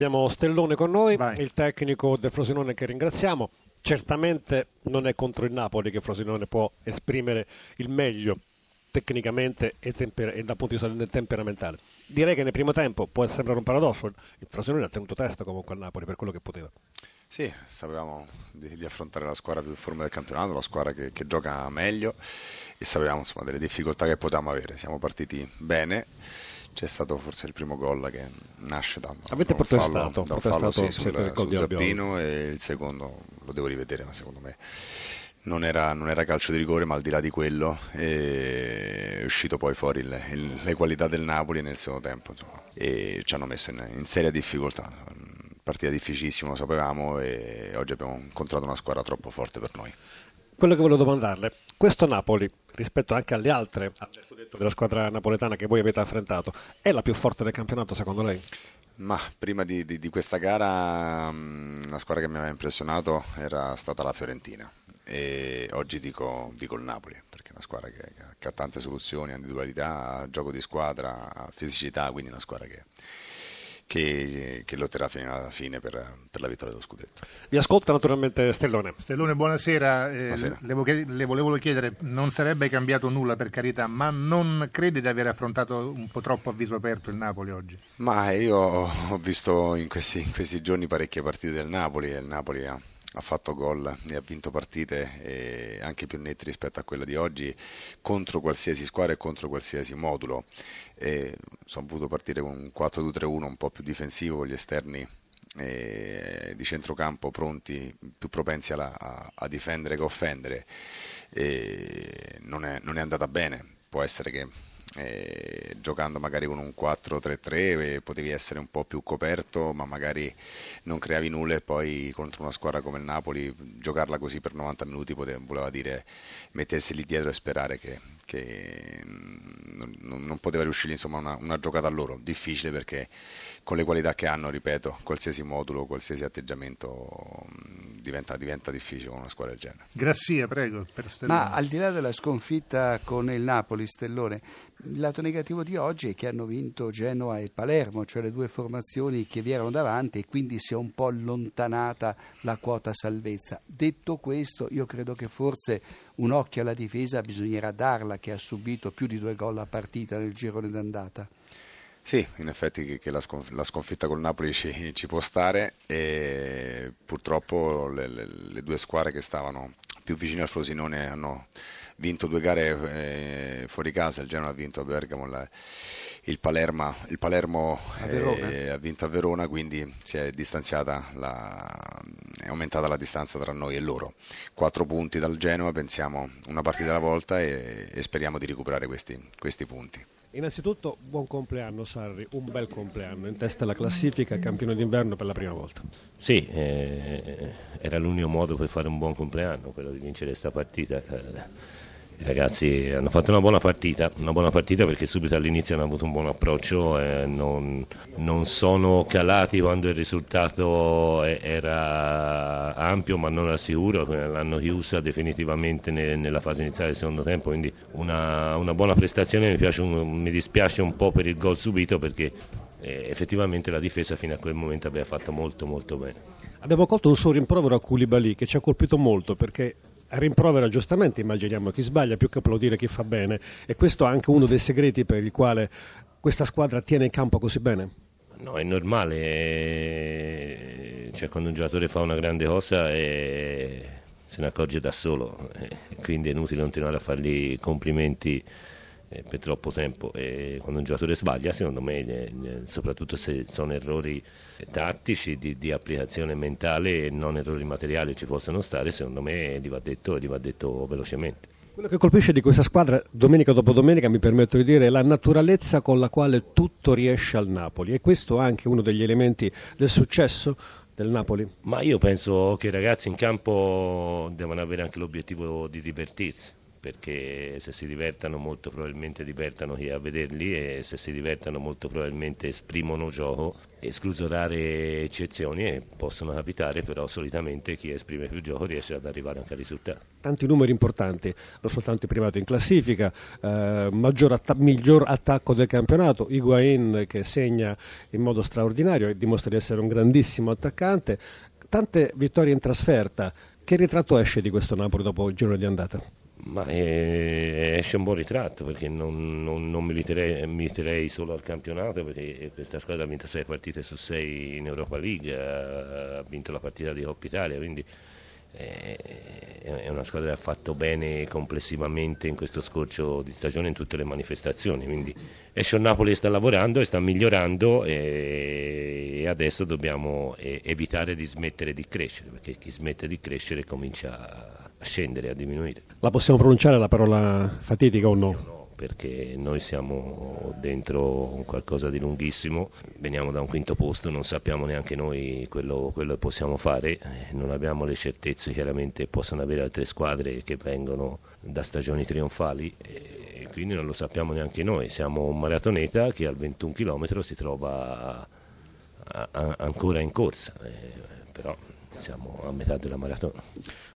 Abbiamo Stellone con noi, Vai. il tecnico del Frosinone che ringraziamo. Certamente non è contro il Napoli che Frosinone può esprimere il meglio tecnicamente e dal punto di vista del temperamentale. Direi che nel primo tempo può sembrare un paradosso, il Frosinone ha tenuto testa comunque al Napoli per quello che poteva. Sì, sapevamo di affrontare la squadra più in forma del campionato, la squadra che gioca meglio e sapevamo insomma delle difficoltà che potevamo avere. Siamo partiti bene, c'è stato forse il primo gol che nasce Avete da un fallo, protestato sì, siete del gol su di Albiol. Zappino, e il secondo lo devo rivedere, ma secondo me non era calcio di rigore, ma al di là di quello è uscito poi fuori le qualità del Napoli nel secondo tempo, insomma, e ci hanno messo in seria difficoltà. Partita difficilissima, lo sapevamo, e oggi abbiamo incontrato una squadra troppo forte per noi. Quello che volevo domandarle, questo Napoli, rispetto anche alle altre della squadra napoletana che voi avete affrontato, è la più forte del campionato secondo lei? Ma prima di questa gara la squadra che mi aveva impressionato era stata la Fiorentina, e oggi dico il Napoli, perché è una squadra che ha tante soluzioni, ha individualità, ha gioco di squadra, ha fisicità, quindi è una squadra che lotterà fino alla fine per la vittoria dello scudetto. Vi ascolta naturalmente Stellone. Stellone, buonasera. Buonasera. Le volevo chiedere, non sarebbe cambiato nulla per carità, ma non crede di aver affrontato un po' troppo a viso aperto il Napoli oggi? Ma io ho visto in questi giorni parecchie partite del Napoli, e il Napoli ha fatto gol e ha vinto partite anche più nette rispetto a quella di oggi, contro qualsiasi squadra e contro qualsiasi modulo. Sono voluto partire con un 4-2-3-1 un po' più difensivo, con gli esterni di centrocampo pronti, più propensi a difendere che a offendere. Non è andata bene. Può essere che giocando magari con un 4-3-3 potevi essere un po' più coperto, ma magari non creavi nulla, e poi contro una squadra come il Napoli giocarla così per 90 minuti voleva dire mettersi lì dietro e sperare che non poteva riuscire, insomma, una giocata a loro difficile, perché con le qualità che hanno, ripeto, qualsiasi modulo, qualsiasi atteggiamento diventa difficile con una squadra del genere. Grassia, prego, per Stellone. Ma al di là della sconfitta con il Napoli, Stellone, il lato negativo di oggi è che hanno vinto Genoa e Palermo, cioè le due formazioni che vi erano davanti, e quindi si è un po' allontanata la quota salvezza. Detto questo, io credo che forse un occhio alla difesa bisognerà darla, che ha subito più di 2 gol a partita nel girone d'andata. Sì, in effetti che la sconfitta col Napoli ci può stare, e purtroppo le due squadre che stavano più vicine al Frosinone hanno vinto 2 gare fuori casa. Il Genoa ha vinto a Bergamo, il Palermo A Verona. ha vinto a Verona, quindi si è è aumentata la distanza tra noi e loro. 4 punti dal Genoa, pensiamo una partita alla volta, e speriamo di recuperare questi punti. Innanzitutto buon compleanno Sarri, un bel compleanno, in testa alla classifica, campione d'inverno per la prima volta. Sì, era l'unico modo per fare un buon compleanno, quello di vincere questa partita. I ragazzi hanno fatto una buona partita perché subito all'inizio hanno avuto un buon approccio, non sono calati quando il risultato era ampio ma non era sicuro, l'hanno chiusa definitivamente nella fase iniziale del secondo tempo, quindi una buona prestazione. Mi dispiace un po' per il gol subito, perché effettivamente la difesa fino a quel momento aveva fatto molto molto bene. Abbiamo colto un suo rimprovero a Koulibaly che ci ha colpito molto, perché rimprovera giustamente, immaginiamo, chi sbaglia più che applaudire chi fa bene, e questo è anche uno dei segreti per il quale questa squadra tiene in campo così bene. No, è normale, cioè quando un giocatore fa una grande cosa se ne accorge da solo, quindi è inutile continuare a fargli complimenti per troppo tempo. E quando un giocatore sbaglia, secondo me, soprattutto se sono errori tattici di applicazione mentale e non errori materiali ci possono stare, secondo me gli va detto velocemente. Quello che colpisce di questa squadra domenica dopo domenica, mi permetto di dire, è la naturalezza con la quale tutto riesce al Napoli, e questo è anche uno degli elementi del successo del Napoli. Ma io penso che i ragazzi in campo devono avere anche l'obiettivo di divertirsi, perché se si divertano molto probabilmente divertano chi è a vederli, e se si divertano molto probabilmente esprimono gioco, escluso rare eccezioni, e possono capitare, però solitamente chi esprime più gioco riesce ad arrivare anche al risultato. Tanti numeri importanti, non soltanto il primato in classifica, miglior attacco del campionato, Higuaín che segna in modo straordinario e dimostra di essere un grandissimo attaccante, tante vittorie in trasferta. Che ritratto esce di questo Napoli dopo il girone di andata? Ma esce un buon ritratto, perché non militerei solo al campionato, perché questa squadra ha vinto 6 partite su 6 in Europa League, ha vinto la partita di Coppa Italia, quindi è una squadra che ha fatto bene complessivamente in questo scorcio di stagione in tutte le manifestazioni, quindi esce un Napoli che sta lavorando e sta migliorando, e adesso dobbiamo evitare di smettere di crescere, perché chi smette di crescere comincia a scendere, a diminuire. La possiamo pronunciare la parola fatidica o no? No, perché noi siamo dentro qualcosa di lunghissimo, veniamo da un quinto posto, non sappiamo neanche noi quello che possiamo fare, non abbiamo le certezze chiaramente possono avere altre squadre che vengono da stagioni trionfali, e quindi non lo sappiamo neanche noi. Siamo un maratoneta che al 21 km si trova ancora in corsa, però siamo a metà della maratona.